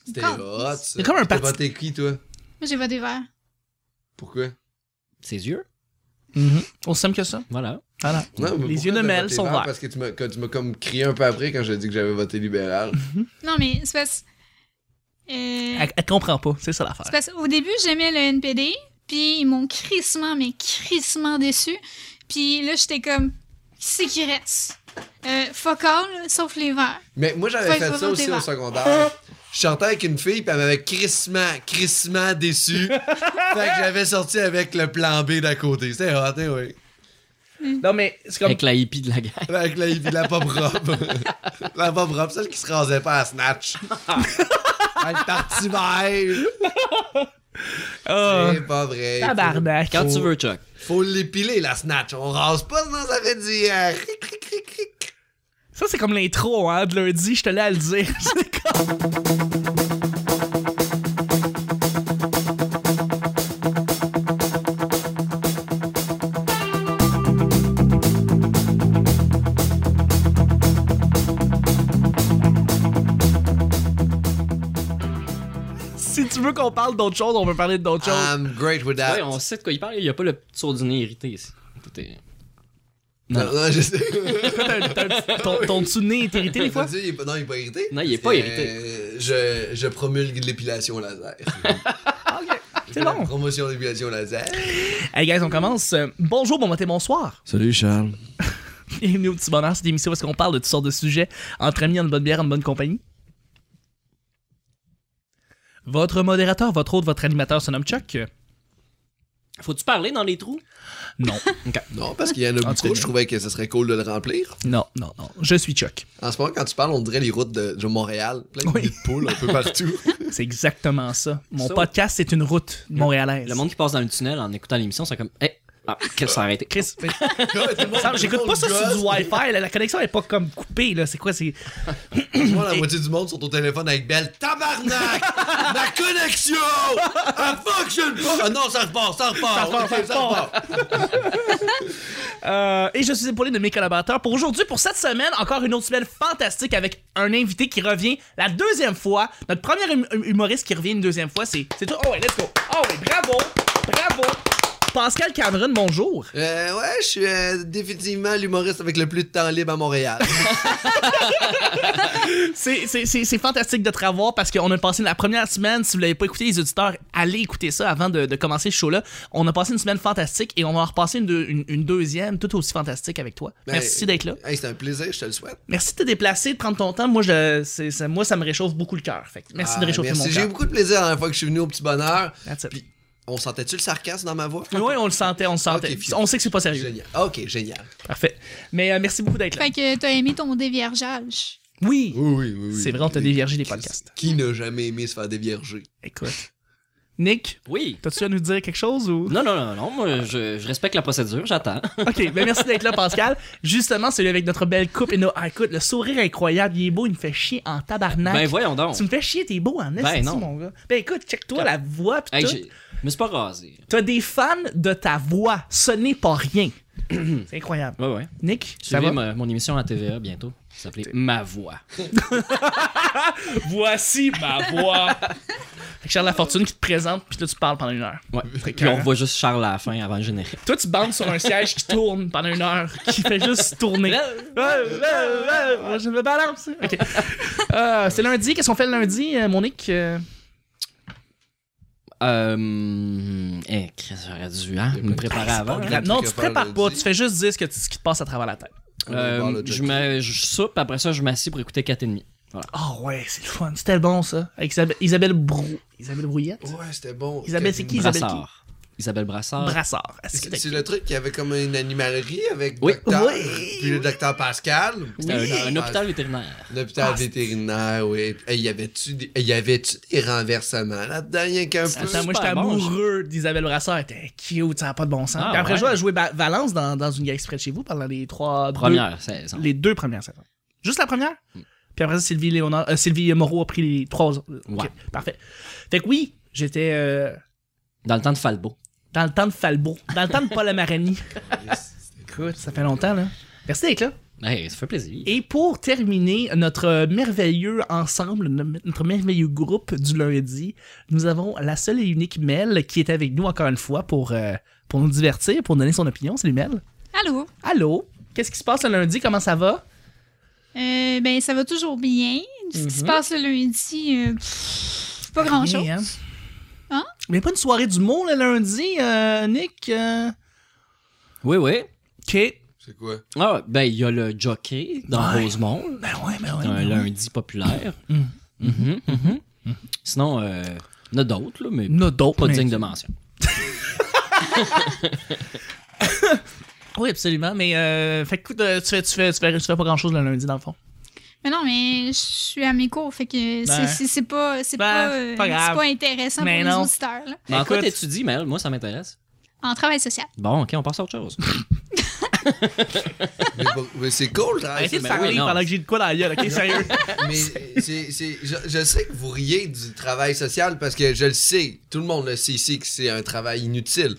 C'était hot, ça. C'est comme un T'as parti. voté qui, toi? Moi, j'ai voté vert. Pourquoi? Ses yeux. Aussi simple que ça. Voilà. Voilà. Non, mais Les pourquoi yeux de t'as Mel voté sont vert? verts. Parce que tu m'as comme crié un peu après quand j'ai dit que j'avais voté libéral. Non, mais c'est parce... Elle comprend pas, c'est ça l'affaire. C'est parce qu'au début, j'aimais le NPD, puis ils m'ont crissement déçu. Puis là, j'étais comme, qui c'est qui reste? Fuck all, sauf les verts. Mais moi, j'avais Ouais, fait faut ça aussi voter au vert. secondaire. Je chantais avec une fille, puis elle m'avait crissement déçu. Fait que j'avais sorti avec le plan B d'à côté. C'était hot, hein, oui. Non, mais c'est comme. Avec la hippie de la guerre. Avec la pop robe. La pop robe, celle qui se rasait pas à Snatch. Avec parti vert. Ah, C'est pas vrai. tabarnak. Quand tu veux, Chuck. Faut l'épiler, la Snatch. On rase pas, sinon ça fait du... Ça, c'est comme l'intro, hein, de lundi, je te l'ai à le dire. C'est comme- Si tu veux qu'on parle d'autre chose, on peut parler d'autre chose. I'm great with that. Ouais, on sait de quoi il parle. Il n'y a pas le petit tour du nez irrité ici. Tout est... Non, je sais. Ton dessous de nez est irrité des fois? Non, il est pas irrité. Non, il est pas irrité. Je promulgue l'épilation laser. C'est bon. Promotion d'épilation laser. Hey guys, on commence. Bonjour, bon matin, bonsoir. Salut Charles. Bienvenue au Petit Bonheur, cette émission où est-ce qu'on parle de toutes sortes de sujets entre amis, en bonne bière, en bonne compagnie. Votre modérateur, votre hôte, votre animateur se nomme Chuck. Faut-tu parler dans les trous? Non. Non, parce qu'il y en a beaucoup, je trouvais que ce serait cool de le remplir. Non. Je suis Chuck. En ce moment, quand tu parles, on dirait les routes de Montréal. Plein de Oui. nids de poules un peu partout. C'est exactement ça. Mon Ça, podcast, c'est une route montréalaise. Le monde qui passe dans le tunnel en écoutant l'émission, c'est comme, hey, qu'est-ce que ça a arrêté? Chris, j'écoute pas ça sur du Wi-Fi. La connexion est pas comme coupée. Là. C'est quoi? C'est... Moi, la moitié du monde sont au téléphone avec Belle. Tabarnak! Ma connexion! Elle fonctionne pas! Ah non, ça repart. Et je suis épaulé de mes collaborateurs pour aujourd'hui, pour cette semaine, encore une autre semaine fantastique avec un invité qui revient la deuxième fois. Notre premier humoriste qui revient une deuxième fois, c'est tout. Oh ouais, let's go! Oh ouais, bravo! Pascal Cameron, bonjour. Ouais, je suis définitivement l'humoriste avec le plus de temps libre à Montréal. C'est fantastique de te revoir parce qu'on a passé la première semaine, si vous l'avez pas écouté, les auditeurs, allez écouter ça avant de commencer ce show-là. On a passé une semaine fantastique et on va en repasser une deuxième tout aussi fantastique avec toi. Merci d'être là. Hey, c'est un plaisir, je te le souhaite. Merci de te déplacer, de prendre ton temps. Moi, ça me réchauffe beaucoup le cœur. Fait que merci de réchauffer mon J'ai eu cœur. beaucoup de plaisir la dernière fois que je suis venu au Petit Bonheur. That's it. Puis, on sentait-tu le sarcasme dans ma voix? Oui, on le sentait. Ok, On sait que c'est pas sérieux. Génial. Ok, génial. Parfait. Mais merci beaucoup d'être là. Fait que t'as aimé ton déviergeage. Oui. Oui. C'est vrai, on t'a déviergé des podcasts. Qui n'a jamais aimé se faire dévierger? Écoute. Nick, Oui. t'as-tu à nous dire quelque chose ou... Non, moi, je respecte la procédure, j'attends. OK, ben merci d'être là, Pascal. Justement, celui avec notre belle coupe et écoute, le sourire incroyable, il est beau, il me fait chier en tabarnak. Ben voyons donc. Tu me fais chier, t'es beau en esti, non. mon gars. Ben écoute, check-toi la voix pis Hey, tout. je me suis pas rasé. T'as des fans de ta voix, ce n'est pas rien. C'est incroyable. Ouais. Nick, ça Suivez va? mon émission à TVA bientôt. Ça s'appelait Ma Voix. Voici ma voix. Fait que Charles Lafortune qui te présente, puis là tu parles pendant une heure. Ouais. Fait que, Puis on voit juste Charles à la fin avant le générique. Toi, tu bandes sur un siège qui tourne pendant une heure, qui fait juste tourner. Je me balance. OK. C'est lundi. Qu'est-ce qu'on fait le lundi, mon Nick? J'aurais dû me préparer avant. pas grave. Non, tu tu te prépares prépares pas. lundi. Tu fais juste dire ce qui te passe à travers la tête. Je soupe, après ça, je m'assieds pour écouter 4,5. Voilà. Oh ouais, c'est le fun. C'était bon, ça. Avec Isabelle Brouillette. Ouais, c'était bon. Isabelle, c'est qui? Isabelle qui? Isabelle Brassard. Brassard. C'est le truc qui avait comme une animalerie avec Oui. docteur, Oui. puis le docteur Pascal. C'était un hôpital vétérinaire. L'hôpital vétérinaire, oui. Hey, y avait-tu des renversements là-dedans, rien qu'un peu? Attends, moi, j'étais super bon, amoureux d'Isabelle Brassard. Elle était cute, ça n'a pas de bon sens. Ah, Puis après, ouais. je vais jouer Valence dans une gare exprès de chez vous pendant les Première saison. les deux premières saisons. Juste la première? Puis après ça, Sylvie Moreau a pris les trois autres. OK, Ouais. parfait. Fait que oui, j'étais Dans le temps de Falbo. dans le temps de Falbo, dans le temps de Paul Amarani. Écoute, ça fait longtemps, là. Merci d'être là. Hey, ça fait plaisir. Et pour terminer notre merveilleux ensemble, notre merveilleux groupe du lundi, nous avons la seule et unique Mel qui est avec nous encore une fois pour nous divertir, pour donner son opinion. Salut Mel. Allô? Allô? Qu'est-ce qui se passe le lundi? Comment ça va? Ben, ça va toujours bien. Ce qui se passe le lundi, pas grand-chose. Rien, hein? Hein? Mais pas une soirée d'humour le lundi, Nick? Oui. OK. C'est quoi? Ah, ben, il y a le jockey dans Ouais. Rosemont. Ben ouais. Un lundi populaire. Sinon, il y en a d'autres, là, mais Il y en a d'autres, pas mais- dignes de mention. Oui, absolument. Mais, fait que, écoute, tu fais pas grand-chose le lundi, dans le fond. Mais non, mais je suis à mes cours, fait que Ben. c'est pas grave. intéressant Mais pour non. les auditeurs. Là. Mais en quoi Écoute- t'étudies, Mel? Moi, ça m'intéresse. En travail social. Bon, OK, on passe à autre chose. Mais c'est cool, le travail. Arrêtez de ben parler oui, non. pendant que j'ai de quoi dans la gueule, OK? Sérieux? Mais je sais que vous riez du travail social parce que je le sais, tout le monde le sait ici que c'est un travail inutile.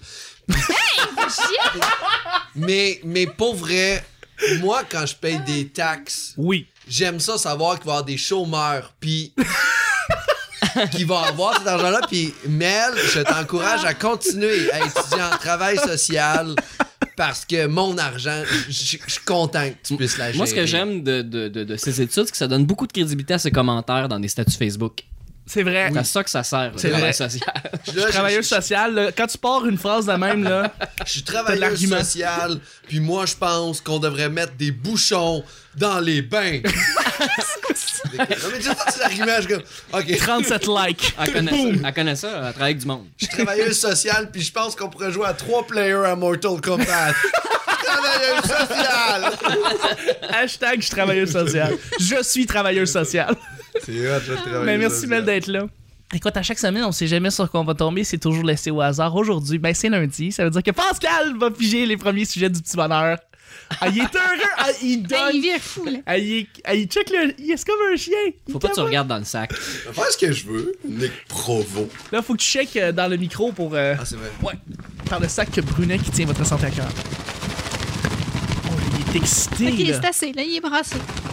Mais pour vrai, moi, quand je paye des taxes, Oui. j'aime ça savoir qu'il va y avoir des chômeurs, puis qui vont avoir cet argent-là. Puis Mel, je t'encourage à continuer à étudier en travail social parce que mon argent, je suis content que tu puisses la gérer. Moi, ce que j'aime de ces études, c'est que ça donne beaucoup de crédibilité à ses commentaires dans des statuts Facebook. C'est vrai. C'est à ça que ça sert, C'est le vrai. travail social. Là, Travailleur social, là, quand tu pars une phrase de même, là, Je suis T'as de travailleur l'argument. social, puis moi, je pense qu'on devrait mettre des bouchons dans les bains. Non, mais dis ça, c'est l'argument. Je suis comme, OK, 37 likes. Elle connaît ça, elle travaille avec du monde. je suis travailleur social, puis je pense qu'on pourrait jouer à 3 players à Mortal Kombat. Travailleur social! Hashtag je suis travailleur social. Je suis travailleur social. C'est hot, je travaille. Mais merci Mel d'être là. Écoute, à chaque semaine, on sait jamais sur quoi on va tomber, c'est toujours laissé au hasard. Aujourd'hui, ben c'est lundi, ça veut dire que Pascal va piger les premiers sujets du petit bonheur. Ah, il est heureux, ah, il donne. Il vire fou, là. Ah, il check le. Il est comme un chien. Il Faut pas que tu capote. regardes dans le sac. Je vais faire ce que je veux, Nick Provo. Là, faut que tu checkes dans le micro pour. Ah, c'est vrai. Ouais, par le sac Brunet qui tient votre santé à cœur. Oh, il est excité. Ok, là. c'est assez, là, il est brassé.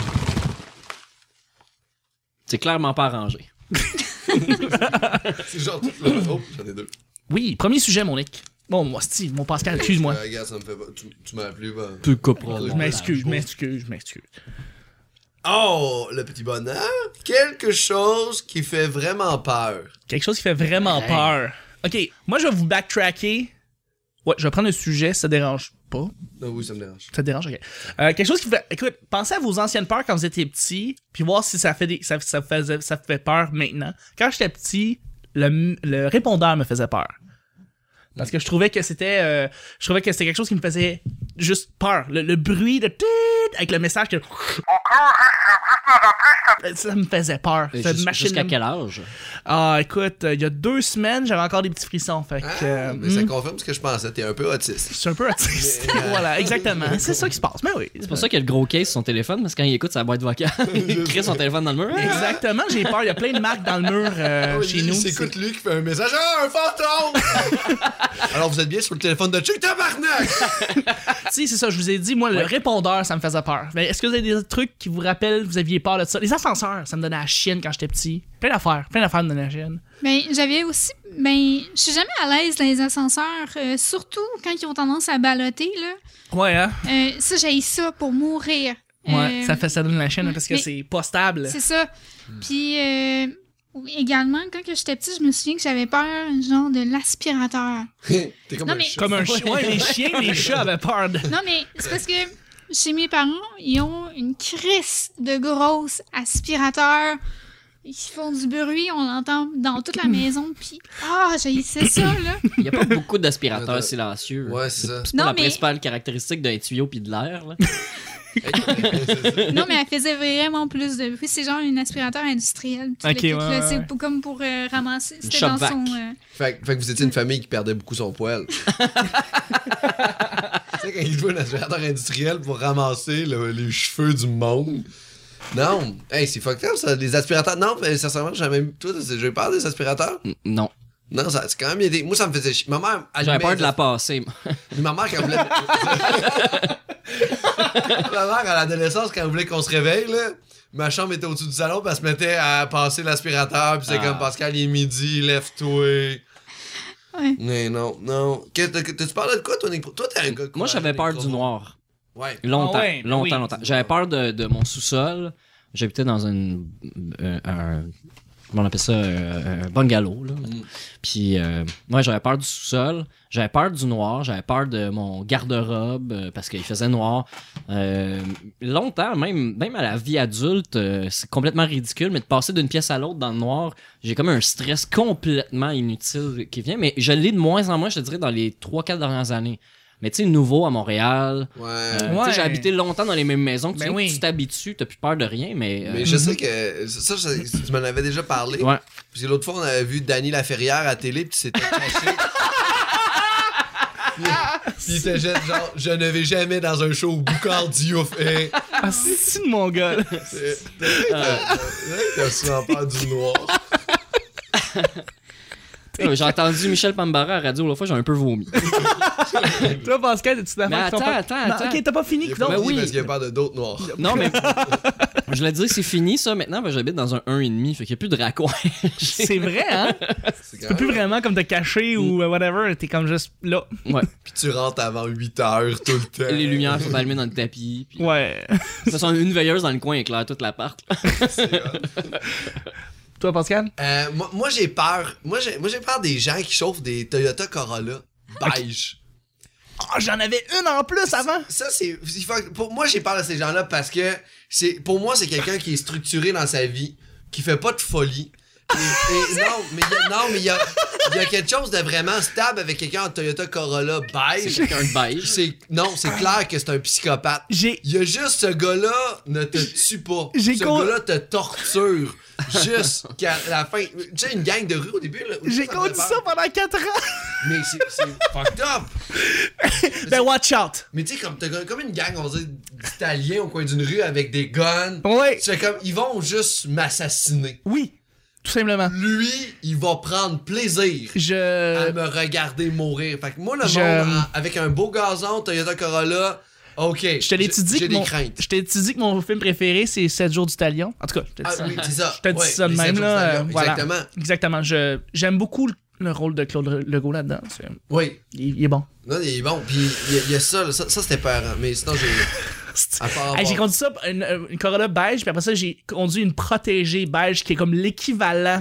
C'est clairement pas arrangé. C'est genre tout le... Oh, j'en ai 2. Oui, premier sujet, mon Nick. Bon, moi, Steve, mon Pascal, excuse-moi. Regarde, ça me fait pas... Tu m'as appelé, bah... Tu couperas. Je m'excuse. Oh, le petit bonheur. Quelque chose qui fait vraiment peur. Quelque chose qui fait vraiment peur. Ok, moi, je vais vous backtracker. Ouais, je vais prendre le sujet, ça dérange pas. Ah oui, ça me dérange. Ça te dérange, ok. Quelque chose qui fait. Écoute, pensez à vos anciennes peurs quand vous étiez petit, puis voir si ça fait ça fait peur maintenant. Quand j'étais petit, le répondeur me faisait peur. Parce que je trouvais que c'était quelque chose qui me faisait juste peur. Le bruit de avec le message que ça me faisait peur. Cette machine Jusqu'à quel âge? Ah, écoute, il y a 2 semaines, j'avais encore des petits frissons. Fait que, Mais ça confirme ce que je pensais. T'es un peu autiste. je suis un peu autiste. Voilà, exactement. C'est ça qui se passe. Mais oui. C'est pour ça qu'il y a le gros case sur son téléphone, parce que quand il écoute sa boîte vocale, il crée son téléphone dans le mur. Exactement, j'ai peur. Il y a plein de marques dans le mur chez nous. C'est écoute lui qui fait un message. Ah, un fantôme! Alors, vous êtes bien sur le téléphone de Chuck Tabarnak! Si, c'est ça, je vous ai dit, moi, le répondeur, ça me faisait peur. Mais est-ce que vous avez des trucs qui vous rappellent, vous aviez peur de ça? Les ascenseurs, ça me donnait la chienne quand j'étais petit. Plein d'affaires me donnaient la chienne. Ben, j'avais aussi. Ben, je suis jamais à l'aise dans les ascenseurs, surtout quand ils ont tendance à balloter, là. Ouais, hein? Ça, j'ai ça pour mourir. Ouais, ça donne la chienne parce que mais- c'est pas stable. C'est ça. Puis, également, quand que j'étais petite, je me souviens que j'avais peur, genre, de l'aspirateur. T'es comme Non, un mais- chat. Comme un chien. Ouais, les chiens, les chats avaient peur de. Non, mais c'est parce que chez mes parents, ils ont une crisse de grosses aspirateurs. Ils font du bruit, on l'entend dans toute la maison, puis j'haïssais ça, là. Il n'y a pas beaucoup d'aspirateurs silencieux. Ouais, c'est ça. C'est pas Non, la mais- principale caractéristique d'un tuyau puis de l'air. Là. C'est ça. Non, mais elle faisait vraiment plus de bruit. C'est genre un aspirateur industriel. tout Ok, le kit, ouais, là. ouais. C'est comme pour ramasser. C'était shop dans vac. son. Fait que vous étiez une famille qui perdait beaucoup son poil. Tu sais, quand il jouait un aspirateur industriel pour ramasser les cheveux du monde. Non. Hey, c'est fucked up, ça. Les aspirateurs. Non, mais sincèrement, j'avais même. Toi, j'ai peur des aspirateurs. Non. Non, ça, c'est quand même aidé. Moi, ça me faisait chier. Ma mère, J'avais peur de la passer. moi. Ma mère, quand elle voulait. Ma mère, à l'adolescence, quand elle voulait qu'on se réveille, là, ma chambre était au-dessus du salon, puis elle se mettait à passer l'aspirateur, puis c'est comme Pascal, il est midi, lève-toi. Ouais. Mais non. Tu parles de quoi, toi, Nick? Toi, t'es un gars. Moi, j'avais peur du noir. Ouais. Longtemps, Ah ouais, ben oui. longtemps. J'avais peur de mon sous-sol. J'habitais dans un comment on appelle ça, un bungalow. Là. Puis moi, j'avais peur du sous-sol. J'avais peur du noir. J'avais peur de mon garde-robe parce qu'il faisait noir. Longtemps, même à la vie adulte, c'est complètement ridicule, mais de passer d'une pièce à l'autre dans le noir, j'ai comme un stress complètement inutile qui vient. Mais je l'ai de moins en moins, je te dirais, dans les 3-4 dernières années. Mais tu sais, nouveau à Montréal. Ouais. Tu sais, j'ai habité longtemps dans les mêmes maisons. Ben oui. Tu t'habitues, t'as plus peur de rien, mais... Mais je sais que. Ça, tu m'en avais déjà parlé. Ouais. Parce que l'autre fois, on avait vu Danny Laferrière à la télé, puis tu s'étais caché. Puis il était genre, je ne vais jamais dans un show où Boucard Diouf est. Ah, c'est de mon gars. T'as souvent peur du noir. J'ai entendu Michel Pambara à la radio l'autre fois, j'ai un peu vomi. Toi, Pascal, tu t'as Mais attends. Ok, t'as pas fini. Il est Non, pas oui. parce qu'il y a peur de d'autres noirs. Non, mais je voulais dire, c'est fini ça maintenant, parce que j'habite dans un 1,5, fait qu'il n'y a plus de raccoins. c'est vrai, hein? C'est Tu peux plus vraiment comme te cacher ou whatever, t'es comme juste là. Ouais. Puis tu rentres avant 8h tout le temps. Les lumières sont allumées dans le tapis. Puis... Ouais. De toute façon, une veilleuse dans le coin éclaire toute l'appart. Toi, Pascal? Moi j'ai peur. Moi j'ai peur des gens qui chauffent des Toyota Corolla beige. Oh, j'en avais une en plus avant! Ça, pour moi, j'ai peur de ces gens-là parce que pour moi, c'est quelqu'un qui est structuré dans sa vie, qui fait pas de folie. Mais il y a quelque chose de vraiment stable avec quelqu'un en Toyota Corolla beige. C'est quelqu'un de beige. Non, c'est clair que c'est un psychopathe. Il y a juste ce gars-là ne te tue pas. Ce gars-là te torture jusqu'à la fin. Tu sais, une gang de rue au début. Là, J'ai conduit ça pendant 4 ans! Mais c'est fucked up. Ben, watch out! Mais tu sais, t'as comme une gang, on va dire, d'Italiens au coin d'une rue avec des guns. Ouais. Tu fais comme, ils vont juste m'assassiner. Oui, tout simplement. Lui, il va prendre plaisir à me regarder mourir. Fait que moi, le monde, avec un beau gazon, Toyota Corolla, ok, j'ai des craintes. Je t'ai dit que mon film préféré, c'est 7 jours du Talion. En tout cas, je t'ai dit ça. Oui, c'est ça. Je t'ai dit ça de les même, 7 jours là. du Talion, Voilà. Exactement. Exactement. J'aime beaucoup le rôle de Claude Legault là-dedans. Oui. Il est bon. Non, il est bon. Puis il y a ça c'était peurant. Mais sinon, j'ai. J'ai conduit ça, une Corolla beige, puis après ça, j'ai conduit une protégée beige qui est comme l'équivalent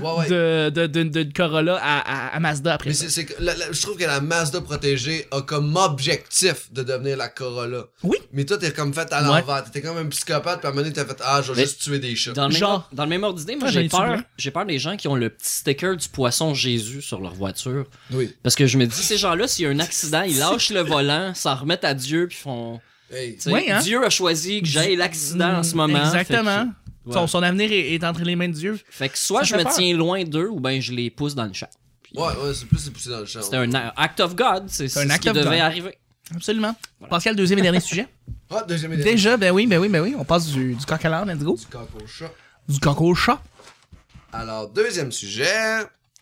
de Corolla à Mazda après ça. Je trouve que la Mazda protégée a comme objectif de devenir la Corolla. Oui. Mais toi, t'es comme fait à l'envers. T'étais comme un psychopathe, puis à un moment donné, t'as fait je vais juste tuer des chats. Dans le même ordre d'idée, moi, j'ai peur des gens qui ont le petit sticker du poisson Jésus sur leur voiture. Oui. Parce que je me dis, ces gens-là, s'il y a un accident, ils lâchent le volant, s'en remettent à Dieu, puis font. Hey. Oui, hein? Dieu a choisi que j'aille l'accident en ce moment. Exactement. Ouais. Son avenir est entre les mains de Dieu. Fait que soit je me tiens loin d'eux ou ben je les pousse dans le champ. Puis, ouais, c'est plus les pousser dans le champ. C'est un act of God, c'est ce act qui of devait God. arriver. Absolument. Pascal, deuxième et dernier sujet. Deuxième et dernier. Déjà, ben oui. On passe du coq à l'âne, let's go. Du coq au chat. Du coq au chat. Alors, deuxième sujet.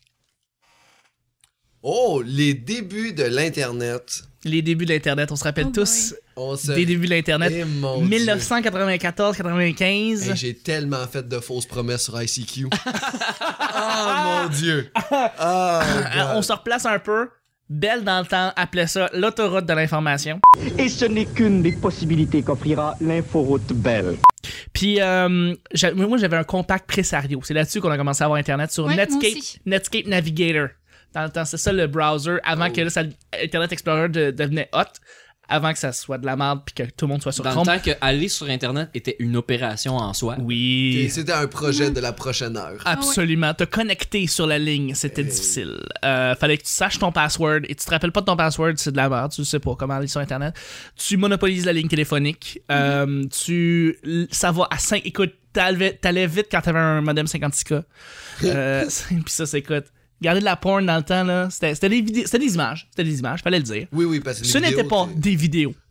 Oh, les débuts de l'Internet. Les débuts de l'Internet, on se rappelle tous des débuts de l'Internet. 1994-95. Hey, j'ai tellement fait de fausses promesses sur ICQ. Oh mon Dieu. On se replace un peu. Belle dans le temps appelait ça l'autoroute de l'information. Et ce n'est qu'une des possibilités qu'offrira l'inforoute Belle. Puis moi j'avais un compact Presario. C'est là-dessus qu'on a commencé à avoir Internet sur Netscape Navigator. Dans le temps, c'est ça le browser avant que là, Internet Explorer devenait hot, avant que ça soit de la merde puis que tout le monde soit sur Chrome. Dans le temps qu'aller sur Internet était une opération en soi. Oui. Et c'était un projet de la prochaine heure. Absolument. Te connecter sur la ligne, c'était difficile. Fallait que tu saches ton password et tu te rappelles pas de ton password, c'est de la merde. Tu sais pas comment aller sur Internet. Tu monopolises la ligne téléphonique. Ça va à 5. Écoute, t'allais vite quand t'avais un modem 56K. Puis ça, écoute. Regarder de la porn dans le temps, là, c'était des images. C'était des images, fallait le dire. Oui, parce que ce n'était pas des vidéos.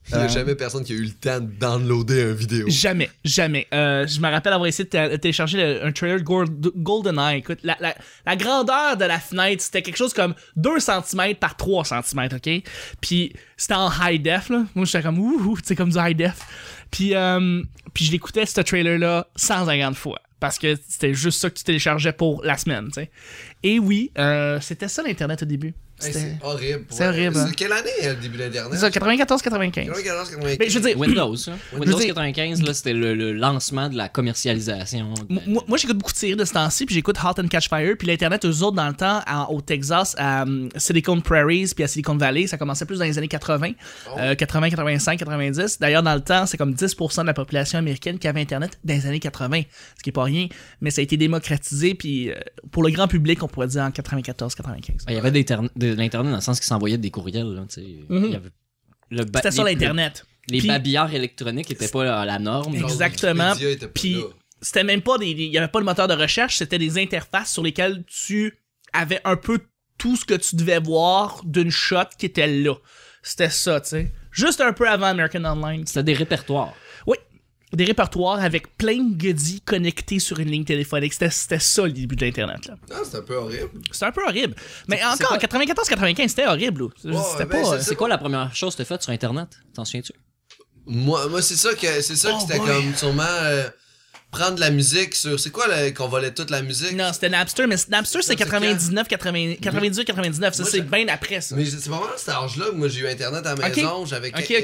Il n'y a jamais personne qui a eu le temps de downloader une vidéo. Jamais. Je me rappelle avoir essayé de télécharger un trailer de GoldenEye. Écoute, la grandeur de la fenêtre, c'était quelque chose comme 2 cm par 3 cm, OK? Puis c'était en high def, là. Moi, j'étais comme, c'est comme du high def. Puis je l'écoutais, ce trailer-là, 150 fois. Parce que c'était juste ça que tu téléchargeais pour la semaine, tu sais. Et oui, c'était ça l'Internet au début. C'est horrible. C'est horrible. C'est quelle année, le début de l'Internet? C'est ça, 94-95. 94-95. Mais je veux dire, Windows, hein. Windows 95, là, c'était le lancement de la commercialisation. moi j'écoute beaucoup de séries de ce temps-ci, puis j'écoute Halt and Catch Fire, puis l'Internet, eux autres, dans le temps, au Texas, à Silicon Prairies, puis à Silicon Valley, ça commençait plus dans les années 80, 80, 85, 90. D'ailleurs, dans le temps, c'est comme 10% de la population américaine qui avait Internet dans les années 80, ce qui est pas rien, mais ça a été démocratisé, puis pour le grand public, on pourrait dire en 94-95. Il y avait de l'Internet dans le sens qu'ils s'envoyaient des courriels. Là, il y avait c'était ça l'Internet. Les babillards électroniques n'étaient pas la norme. Exactement. Les médias étaient pas Puis là. c'était même pas il y avait pas de moteur de recherche, c'était des interfaces sur lesquelles tu avais un peu tout ce que tu devais voir d'une shot qui était là. C'était ça, tu sais. Juste un peu avant American Online. C'était des répertoires. Oui. Des répertoires avec plein de goodies connectés sur une ligne téléphonique. C'était ça le début de l'Internet, là. Ah, c'est un peu horrible. C'était un peu horrible. Mais encore, en 94-95, c'était horrible, là. C'était ben, pas... c'est C'est quoi la première chose que tu as faite sur Internet? T'en souviens-tu? Moi c'est ça que c'était ouais. comme sûrement prendre de la musique sur. C'est quoi qu'on volait toute la musique? Non, c'était Napster, mais Napster, c'est 99, 98, 99. Ça, Moi, c'est bien après, ça. Mais c'est vraiment à cet âge-là que moi j'ai eu Internet à la maison. J'avais. Ok.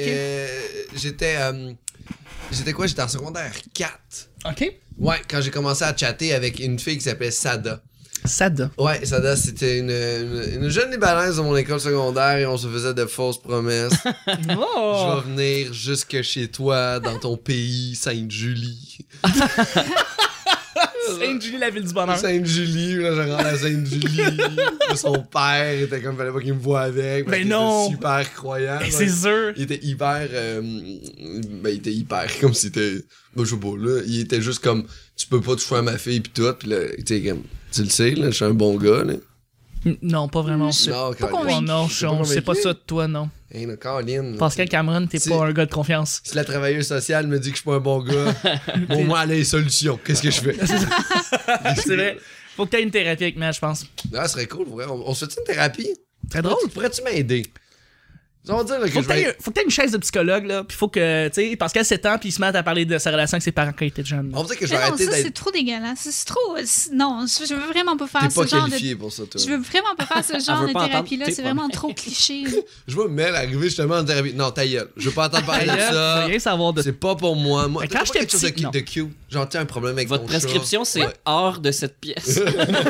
J'étais quoi? J'étais en secondaire 4. OK. Ouais, quand j'ai commencé à chatter avec une fille qui s'appelait Sada. Sad. Ouais, Sada, c'était une jeune Libanaise de mon école secondaire et on se faisait de fausses promesses. Oh! Je vais venir jusque chez toi, dans ton pays, Sainte-Julie. Sainte-Julie, la ville du bonheur. Sainte-Julie, là, je rentre à Sainte-Julie. Là, son père était comme, fallait pas qu'il me voie avec. Mais il non! était super croyant. C'est sûr. Il était hyper. Il était hyper. Comme si c'était. Ben, je sais pas, là. Il était juste comme, tu peux pas toucher à ma fille pis tout. Pis là, tu sais, comme, tu le sais, là, je suis un bon gars, là. Non, pas vraiment. Non, pas Colin. convaincu. Oh non, C'est pas on sait pas convaincu. ça de toi, non. Hey, là, Colin. Pascal Cameron, t'es C'est- pas un gars de confiance. Si la travailleuse sociale me dit que je suis pas un bon gars, bon, moi, elle a les solutions. Qu'est-ce que je fais? C'est vrai. Faut que t'aies une thérapie avec moi, je pense. Ah, ce serait cool, vrai. On se fait une thérapie? Très drôle. Pourrais-tu m'aider? On va dire là, que Faut je que vais. t'aies une chaise de psychologue, là. Puis faut que, tu sais, Pascal s'étend, puis il se met à parler de sa relation avec ses parents quand il était jeune. On va dire que je vais Mais non, arrêter ça, c'est d'être. trop dégueulasse. C'est trop. Non, je veux vraiment pas faire T'es ce pas genre de. qualifié pour ça, toi. Je veux vraiment pas faire ce genre veut de pas entendre thérapie-là. tes C'est vraiment problèmes. trop cliché. Je vois Mel arriver justement en thérapie. Non, ta gueule. Je veux pas entendre parler de D'ailleurs, je ça. veux rien savoir de C'est pas pour moi. Moi, Mais t'as quand pas j'étais quelque chose petit, non. de cute. Genre, t'as un problème avec Votre ton chat. prescription, c'est Ouais. hors de cette pièce.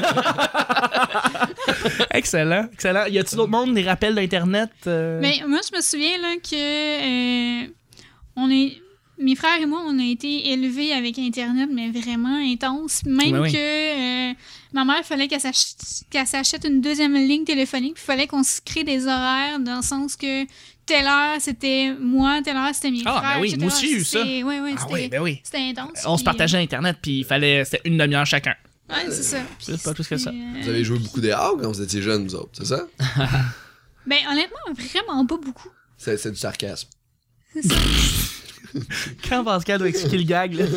Excellent, excellent. Y a-tu d'autres monde, des rappels d'Internet? Mais moi, je me souviens là, que mes frères et moi, on a été élevés avec Internet, mais vraiment intense. Même Ben oui. que ma mère, il fallait qu'elle s'achète une deuxième ligne téléphonique, puis il fallait qu'on se crée des horaires, dans le sens que telle heure, c'était moi, telle heure, c'était mes Ah, frères. ben oui, etc. moi aussi, j'ai eu ça. Oui, oui, Ah oui, ben oui. c'était intense. On se puis, partageait Internet, puis il fallait. C'était une demi-heure chacun. Ouais, c'est ça. Puis C'est pas plus que ça. c'était, Vous avez joué beaucoup des Hawks quand vous étiez jeunes, vous autres, c'est ça? Ben, honnêtement, vraiment pas beaucoup. C'est du sarcasme. C'est ça. Quand Pascal doit expliquer le gag, là.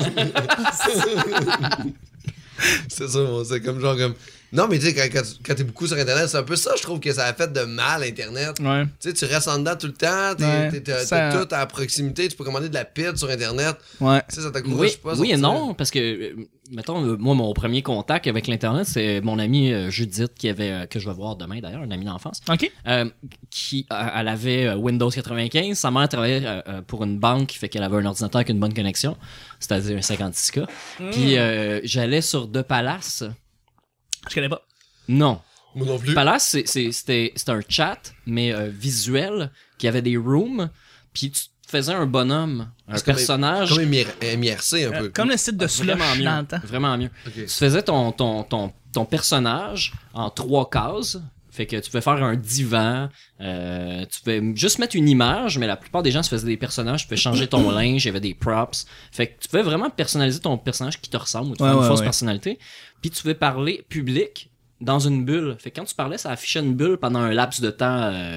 C'est ça, c'est comme genre comme. Non, mais tu sais, quand t'es beaucoup sur Internet, c'est un peu ça, je trouve que ça a fait de mal, Internet. Ouais. Tu sais, tu restes en dedans tout le temps, Ouais, t'as ça- tout à proximité, tu peux commander de la pizza sur Internet. Ouais. Tu sais, ça t'encourage Oui, pas. à oui et sortir. non, parce que, mettons, moi, mon premier contact avec l'Internet, c'est mon amie Judith, que je vais voir demain d'ailleurs, une amie d'enfance, OK. elle avait Windows 95. Sa mère travaillait pour une banque, fait qu'elle avait un ordinateur avec une bonne connexion, c'est-à-dire un 56K. Puis j'allais sur The Palace. Je connais pas. Non. Moi non plus. Palace, c'était un chat, mais visuel, qui avait des rooms, puis tu faisais un bonhomme, un C'est comme personnage. Comme MIRC un peu. Comme le site de Slush Vraiment mieux. dans le temps. Vraiment mieux. Ok. Tu faisais ton personnage en 3 cases. Fait que tu pouvais faire un divan, tu pouvais juste mettre une image, mais la plupart des gens se faisaient des personnages, tu pouvais changer ton linge, il y avait des props. Fait que tu pouvais vraiment personnaliser ton personnage qui te ressemble ou te faire une fausse personnalité. Puis tu pouvais parler public dans une bulle. Fait que quand tu parlais, ça affichait une bulle pendant un laps de temps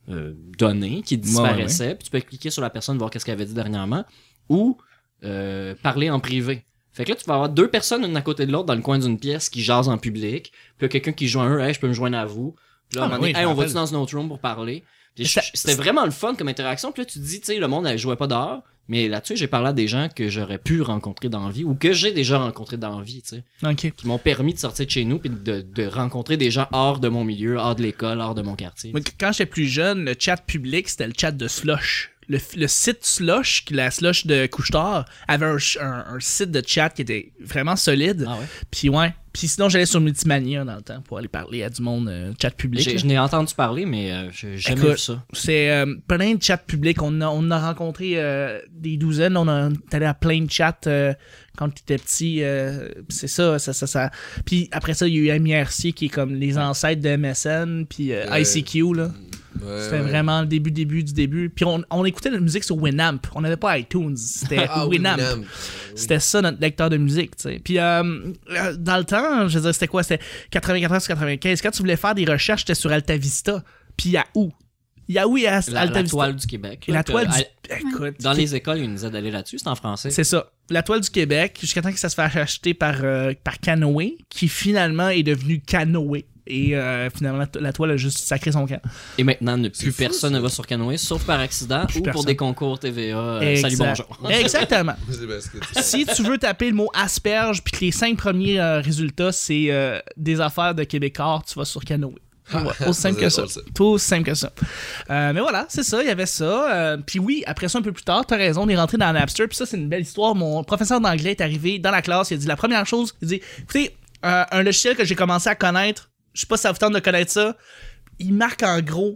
données qui disparaissaient, puis tu peux cliquer sur la personne, voir qu'est-ce qu'elle avait dit dernièrement, ou parler en privé. Fait que là, tu vas avoir 2 personnes l'une à côté de l'autre dans le coin d'une pièce qui jasent en public, puis là, quelqu'un qui joint eux, hey, je peux me joindre à vous. Puis là, à un moment donné, hey, on va-tu dans une autre room pour parler? Puis c'était vraiment le fun comme interaction. Puis là, tu te dis, tu sais, le monde, elle jouait pas dehors, mais là-dessus, j'ai parlé à des gens que j'aurais pu rencontrer dans la vie, ou que j'ai déjà rencontrés dans la vie, tu sais. OK. Qui m'ont permis de sortir de chez nous, puis de rencontrer des gens hors de mon milieu, hors de l'école, hors de mon quartier. Moi, quand j'étais plus jeune, le chat public, c'était le chat de Slush. Le site Slush, la Slush de Couche-Tard, avait un site de chat qui était vraiment solide. Ah ouais? Puis ouais. Puis sinon, j'allais sur Multimania dans le temps pour aller parler à du monde chat public. Je n'ai entendu parler, mais j'ai jamais Écoute, vu ça. C'est plein de chats publics. On a rencontré des douzaines. On est allé à plein de chats quand tu étais petit. C'est ça. Puis après ça, il y a eu MIRC qui est comme les ancêtres de MSN. Puis ICQ, là. C'était vraiment le début du début. Puis on écoutait la musique sur Winamp. On n'avait pas iTunes. C'était Winamp. Winamp. C'était ça notre lecteur de musique, tu sais. Puis dans le temps, je veux dire, c'était quoi? C'était 94-95. Quand tu voulais faire des recherches, c'était sur AltaVista. Puis Yahoo. Yahoo et AltaVista. La toile du Québec. Et la toile du... Écoute. Dans les écoles, ils nous aident d'aller là-dessus, c'est en français. C'est ça. La toile du Québec, jusqu'à temps que ça se fasse acheter par Canoë, qui finalement est devenu Canoë. Et finalement, la toile a juste sacré son camp. Et maintenant, plus personne ne va sur Canoë, sauf par accident ou pour des concours TVA. Salut, bonjour. Exactement. C'est parce que Si tu veux taper le mot asperge, puis que les 5 premiers résultats, c'est des affaires de Québécois, tu vas sur Canoë. Ouais, aussi simple que ça. Tout aussi simple que ça. Mais voilà, c'est ça, il y avait ça. Puis oui, après ça, un peu plus tard, t'as raison, on est rentré dans Napster. Puis ça, c'est une belle histoire. Mon professeur d'anglais est arrivé dans la classe, il a dit la première chose, il dit, écoutez, un logiciel que j'ai commencé à connaître, je sais pas si ça vous tente de connaître ça, il marque en gros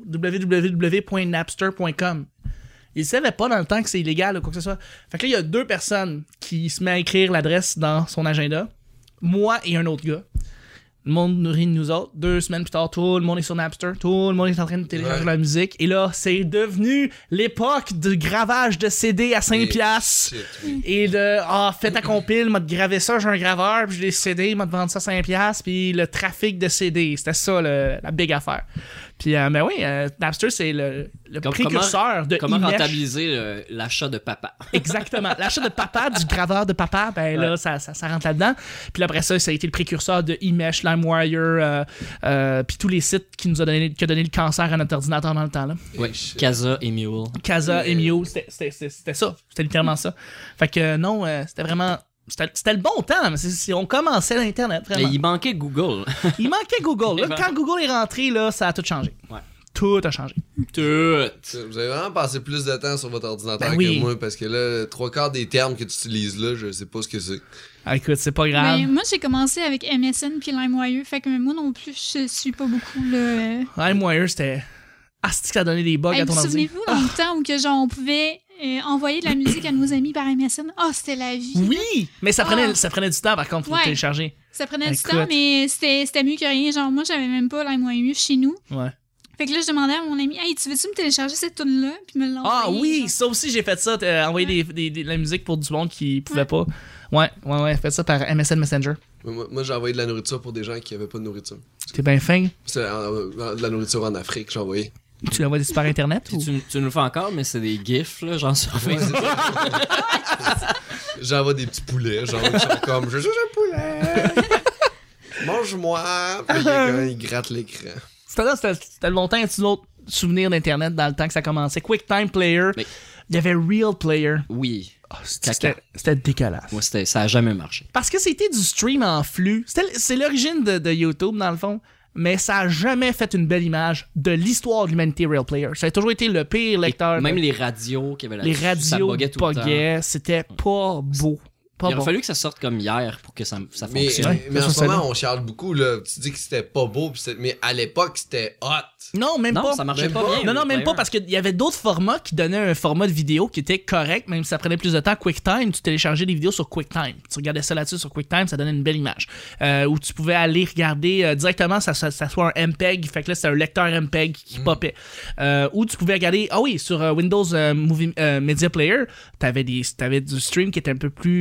www.napster.com. Il savait pas dans le temps que c'est illégal ou quoi que ce soit. Fait que là, il y a 2 personnes qui se mettent à écrire l'adresse dans son agenda. Moi et un autre gars. Le monde nous rit de nous autres. 2 semaines plus tard, tout le monde est sur Napster. Tout le monde est en train de télécharger la musique. Et là, c'est devenu l'époque du gravage de CD à 5$. Et de fais ta compile, m'a gravé ça, j'ai un graveur, puis j'ai des CD, m'a vendu ça à 5$. Puis le trafic de CD, c'était ça la big affaire. Puis, ben oui, Napster, c'est le précurseur de Comment iMesh. rentabiliser l'achat de papa. Exactement. L'achat de papa, du graveur de papa, ben là, ça rentre là-dedans. Puis après ça a été le précurseur de iMesh, LimeWire, puis tous les sites qui a donné le cancer à notre ordinateur dans le temps. Là. Oui, Casa et Mule. Casa et Mule, c'était ça. C'était littéralement ça. Fait que non, c'était vraiment... C'était le bon temps, mais on commençait l'Internet, vraiment. Mais il manquait Google. Il manquait Google. Là, quand Google est rentré, là, ça a tout changé. Ouais. Tout a changé. Tout. Vous avez vraiment passé plus de temps sur votre ordinateur que moi, parce que là, 3/4 des termes que tu utilises là, je sais pas ce que c'est. Ah, écoute, c'est pas grave. Ben, moi, j'ai commencé avec MSN puis LimeWire, fait que moi non plus, je suis pas beaucoup le... LimeWire, c'était... Asti que ça donnait des bugs à ton ordi. Souvenez-vous dans le temps où que, genre, on pouvait envoyer de la musique à nos amis par MSN? C'était la vie. Oui! Mais ça prenait du temps, par contre, pour télécharger. Ça prenait du temps, mais c'était mieux que rien. Genre, moi, j'avais même pas LimeWire chez nous. Ouais. Fait que là, je demandais à mon ami, hey, tu veux-tu me télécharger cette tune-là? Puis me l'envoyer. Ah oui, genre. Ça aussi, j'ai fait ça. Envoyer de la musique pour du monde qui pouvait pas. Ouais, fait ça par MSN Messenger. Moi, j'ai envoyé de la nourriture pour des gens qui avaient pas de nourriture. T'es bien fin. C'est de la nourriture en Afrique, j'ai envoyé. Tu l'envoies sur Internet? Ou? Tu nous le fais encore, mais c'est des gifs, là, genre sur Facebook. J'envoie des petits poulets, genre, qui sont comme, je suis un poulet! Mange-moi! Puis il gratte l'écran. C'était longtemps, un petit autre souvenir d'Internet dans le temps que ça commençait. QuickTime Player. Mais... il y avait Real Player. Oui. Oh, c'était dégueulasse. Moi, ça a jamais marché. Parce que c'était du stream en flux. C'est l'origine de YouTube, dans le fond. Mais ça a jamais fait une belle image de l'histoire de l'humanité Real Player. Ça a toujours été le pire lecteur. Même les radios qui avaient les radios buggaient, c'était pas beau. Il aurait fallu que ça sorte comme hier pour que ça fonctionne. Mais en ce moment, on chiale beaucoup, là. Tu dis que c'était pas beau, mais à l'époque, c'était hot. Non, même pas. Ça marchait pas bien. Non, même pas, parce qu'il y avait d'autres formats qui donnaient un format de vidéo qui était correct, même si ça prenait plus de temps. QuickTime, tu téléchargeais des vidéos sur QuickTime. Tu regardais ça là-dessus sur QuickTime, ça donnait une belle image. Où tu pouvais aller regarder directement, ça soit un MPEG, fait que là, c'était un lecteur MPEG qui popait. Où tu pouvais regarder, sur Windows Movie Media Player, t'avais du stream qui était un peu plus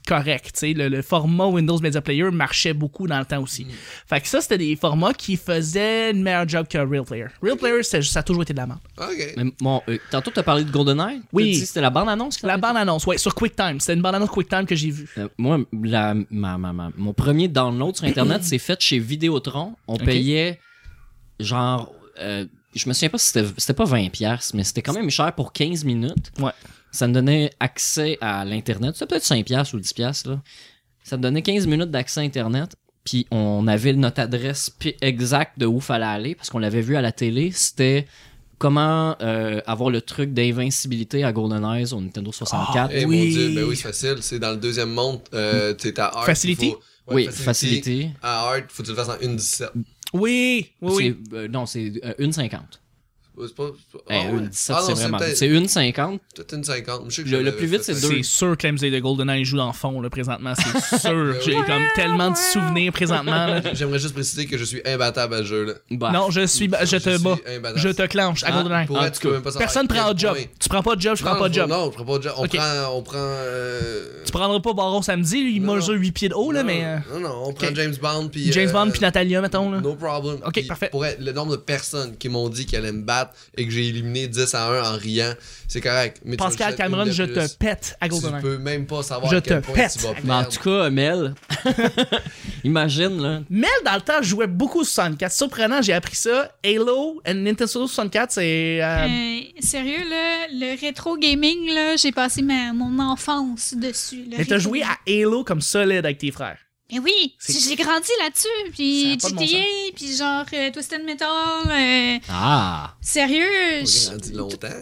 correct. Tu sais, le format Windows Media Player marchait beaucoup dans le temps aussi. Fait que ça, c'était des formats qui faisaient une meilleure job que Real Player. Real Player, ça a toujours été de la merde. Ok. Mais bon, tantôt, t'as parlé de GoldenEye. Oui. T'as dit que c'était la bande-annonce. La bande-annonce, ouais, sur QuickTime. C'était une bande-annonce QuickTime que j'ai vue. Moi, mon premier download sur Internet, c'est fait chez Vidéotron. On payait genre... je me souviens pas si c'était pas 20$, mais c'était quand même cher pour 15 minutes. Ouais. Ça me donnait accès à l'Internet. C'était peut-être 5$ ou 10$. Là. Ça me donnait 15 minutes d'accès à Internet. Puis on avait notre adresse exacte de où fallait aller parce qu'on l'avait vu à la télé. C'était comment avoir le truc d'invincibilité à GoldenEye au Nintendo 64. Eh Oui. mon Dieu, ben oui, c'est facile. C'est dans le deuxième monde. Tu sais, à Art. Facility? Oui, Facility. À Art, faut que tu le fasses en 1.17. Oui. Non, c'est 1.50. C'est pas. Une 17, Ah non, c'est vraiment. peut-être- C'est 1.50. Peut-être une 50. Je sais que Le j'avais plus vite, fait c'est ça. deux. C'est sûr que MZ de GoldenEye joue dans le fond, là, présentement. C'est sûr. J'ai Ouais. comme tellement de souvenirs présentement. Là. J'aimerais juste préciser que je suis imbattable à ce jeu là. Bah, Non, je te suis bats. imbattable. Je te clenche à Ah, GoldenEye. Pour En être, tout tu peux cas, même pas savoir Personne à quel prend de job. point. Tu prends pas de job, je prends pas de job. Non, je prends pas de job. On Ok. prend. Tu prendras pas Baron samedi, lui, il Non. mesure 8 pieds de haut, là, mais. Non, on prend ok. James Bond puis. James Bond puis Natalia, mettons, là. No problem. Ok, Puis parfait. Pour être, le nombre de personnes qui m'ont dit qu'elles allaient me battre et que j'ai éliminé 10-1 en riant, c'est correct. Mais tu Pascal me jettes Cameron, une de je plus. te pète à Tu GoldenEye. peux même pas savoir Je à quel te point pète. tu vas mais en perdre. tout cas, Mel, imagine, là. Mel, dans le temps, jouait beaucoup sur 64. Surprenant, j'ai appris ça. Halo et Nintendo 64, c'est. Sérieux, là, le rétro gaming, là, j'ai passé mon enfance dessus. le Mais t'as rétro joué gaming. à Halo comme solide avec tes frères. Mais oui, C'est- j'ai grandi là-dessus. Puis Ça a pas de bon GTA, puis genre Twisted Metal. Ah! Sérieux, J'ai grandi longtemps.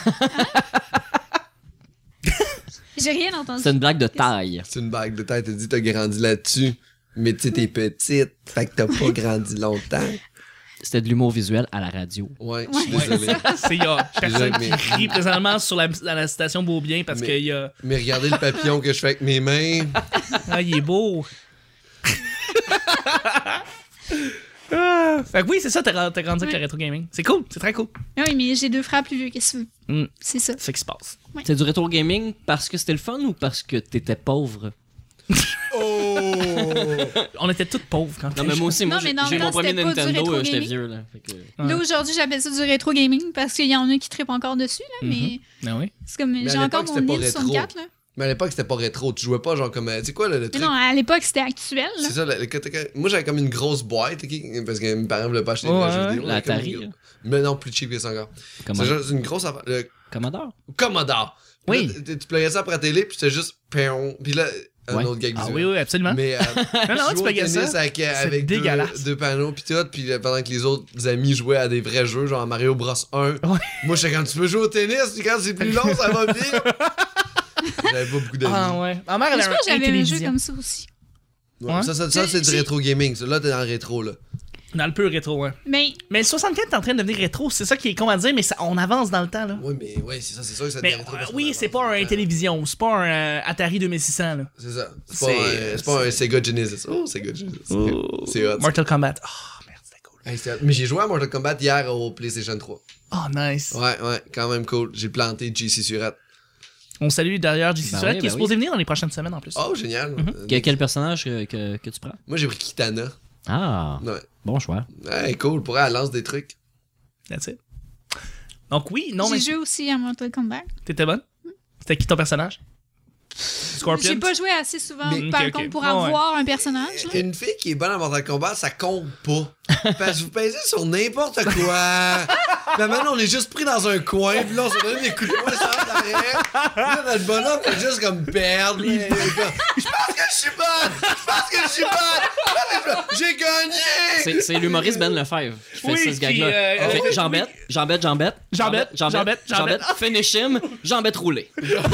j'ai rien entendu. C'est une blague de taille. C'est une bague de tête. T'as dit t'as grandi là-dessus. Mais tu sais, t'es petite. Fait que t'as pas grandi longtemps. C'était de l'humour visuel à la radio. Ouais, je suis Ouais. désolé. C'est il y a personne qui mais- rit présentement sur dans la station Beaubien parce Mais- qu'il y a. Mais regardez le papillon que je fais avec mes mains. Ah, il est beau. Fait que oui, c'est ça, t'as grandi avec le rétro gaming. C'est cool, c'est très cool. Ah oui, mais j'ai 2 frères plus vieux, qu'est-ce que tu veux? Mm. C'est ça. C'est ce qui se passe. C'est du rétro gaming parce que c'était le fun ou parce que t'étais pauvre? Oh! On était tous pauvres quand Non, mais moi aussi, Non, mais dans j'ai le mon temps, premier c'était pas du Nintendo, rétro j'étais gaming. vieux, là. Fait que... Là, aujourd'hui, j'appelle ça du rétro gaming parce qu'il y en a qui trippent encore dessus, là, mais Ah oui. c'est comme. Mais à J'ai encore l'époque, mon c'était pas 1064, là. Mais à l'époque, c'était pas rétro. Tu jouais pas genre comme. Tu sais quoi, le Mais truc? non, à l'époque, c'était actuel, là. C'est ça, moi j'avais comme une grosse boîte, ok? Parce que mes parents voulaient pas acheter Ouais, de jeux vidéo. la là, comme Atari, une- là. Mais non, plus cheap que ça encore. Comment? C'est juste une grosse affaire. Le Commodore? Commodore. Oui. Là, tu playais ça après la télé, puis c'était juste péon. Puis là, un Ouais. autre gag Ah visuel. oui, absolument. Mais Non, non, je tu jouais au payais tennis ça. avec dégueulasse. deux panneaux puis tout, puis pendant que les autres amis jouaient à des vrais jeux, genre Mario Bros 1. Ouais. Moi, j'étais quand tu peux jouer au tennis, puis quand c'est plus long, ça va bien. J'avais pas beaucoup d'amis. Ah ouais. Ma mère, Mais elle je a pense que un j'avais un jeu télévision. comme ça aussi. Ouais, Ouais. Ça, c'est du J'ai- rétro gaming. Ça. Là, t'es dans le rétro, là. Dans le peu rétro, ouais. Mais Mais le 64 est en train de devenir rétro, c'est ça qui est con à dire, mais ça, on avance dans le temps, là. Ouais, mais ouais, c'est ça, c'est sûr que ça Mais devient rétro. parce qu'on oui, avance c'est pas dans le un temps. télévision, c'est pas un Atari 2600, là. C'est ça. C'est- C'est pas un Sega Genesis. Oh, Sega Genesis. Oh. C'est hot. Mortal Kombat. Oh, merde, c'était cool. Hey, c'était hot. Mais j'ai joué à Mortal Kombat hier au PlayStation 3. Oh, nice. Ouais, quand même cool. J'ai planté JC Surette. On salue d'ailleurs JC Ben Surette oui, qui est ben supposé venir dans les prochaines semaines en plus. Oh, génial. Quel personnage que tu prends? Moi, j'ai pris Kitana. Ah, Ouais. bon choix. Ouais, cool. Pour elle, elle lance des trucs. That's it. Donc oui, non, mais j'ai joué aussi à Mortal Kombat. t'étais bonne? C'était qui ton personnage? Scorpion? J'ai pas joué assez souvent, Mais- par Ok, ok. contre, pour Ouais, ouais. avoir un personnage. là. Une fille qui est bonne à Mortal Kombat, ça compte pas. Parce que vous pèsez sur n'importe quoi. Puis maintenant, on est juste pris dans un coin, puis là, on se donne des coups de poing sans l'arrêt. Puis là, notre bonhomme fait juste comme perdre. Là, il est comme, je pense que je suis bonne! Je pense que je suis bonne! J'ai gagné! C'est l'humoriste Ben Lefebvre qui fait Oui, ça, ce qui, gag-là. Il fait oui. jambette, jambette, jambette, Jambette. finish him, jambette roulée.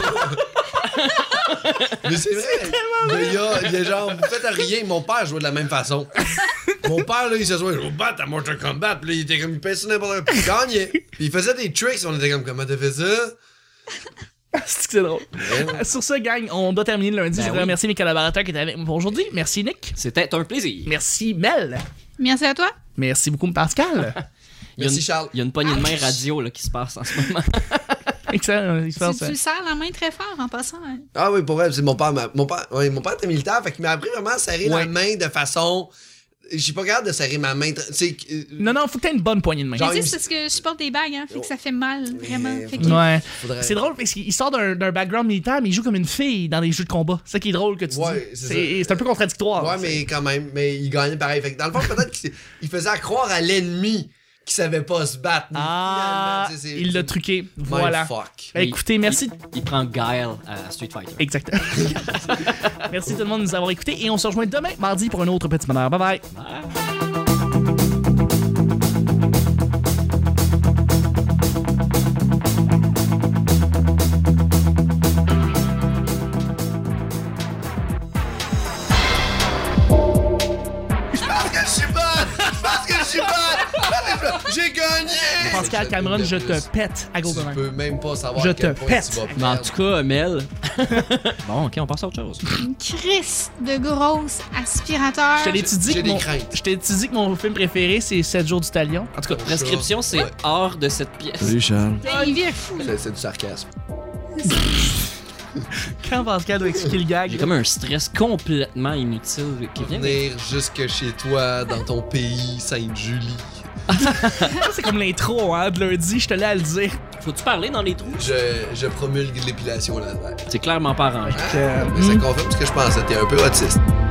Mais c'est vrai. Il y a genre, vous faites rien. Mon père jouait de la même façon. Mon père, là, il se jouait, je vais battre à Mortal Kombat. Puis là, il était comme, il pèse sur n'importe quoi. Puis il gagnait. Puis il faisait des tricks. On était comme, comment t'as fait ça? C'est que c'est drôle. Sur ce, gang, on doit terminer le lundi. Ben Je voudrais oui. remercier mes collaborateurs qui étaient avec moi pour aujourd'hui. Merci Nick. C'était un plaisir. Merci Mel. Merci à toi. Merci beaucoup Pascal. Merci, Charles. Il y a une poignée de main radio là, qui se passe en ce moment. Excellent, il se passe. Tu serres la main très fort en passant. Hein. Ah oui, pour vrai, c'est mon père était militaire, fait qu'il m'a appris vraiment à serrer la main de façon... Je suis pas capable de serrer ma main. Non, faut que t'aies une bonne poignée de main. Genre, Mais tu sais, c'est parce que je porte des bagues, hein, fait que ça fait mal, vraiment. Fait que... Ouais. Faudrait- C'est drôle parce qu'il sort d'un background militaire, mais il joue comme une fille dans les jeux de combat. C'est ça qui est drôle que tu Ouais, dis. c'est C'est un peu contradictoire. Ouais, mais quand même, mais il gagnait pareil. Fait que dans le fond, peut-être qu'il faisait à croire à l'ennemi qu'il savait pas se battre. mais Ah, finalement, tu sais, il l'a truqué. Voilà. Fuck. Écoutez, merci. Il prend Guile à Street Fighter. Exactement. Merci tout le monde de nous avoir écoutés et on se rejoint demain, mardi, pour un autre petit bonheur. Bye bye. Parce que je suis pas! J'ai gagné! Pascal Cameron, je te pète à Tu GoldenEye. peux même pas savoir Je à quel te point pète. tu vas Mais en perdre. tout cas, Mel. Bon, ok, on passe à autre chose. Une crisse de grosse aspirateur. Je t'ai-tu dit J'ai que des mon- craintes. je t'ai-tu dit que mon film préféré, c'est 7 jours du talion? En tout cas, Prescription, c'est Ouais. hors de cette pièce. Charles. Il vire fou, là. C'est du sarcasme. quand Pascal doit expliquer le J'ai gag, comme un stress complètement inutile qui vient. Venir jusque chez toi, dans ton pays, Sainte-Julie. c'est comme l'intro hein, de lundi, je te l'ai à le dire. Faut-tu parler dans les trous? Je promulgue l'épilation laser. C'est clairement pas arrangé. Mais ça confirme ce que je pensais, t'es un peu autiste.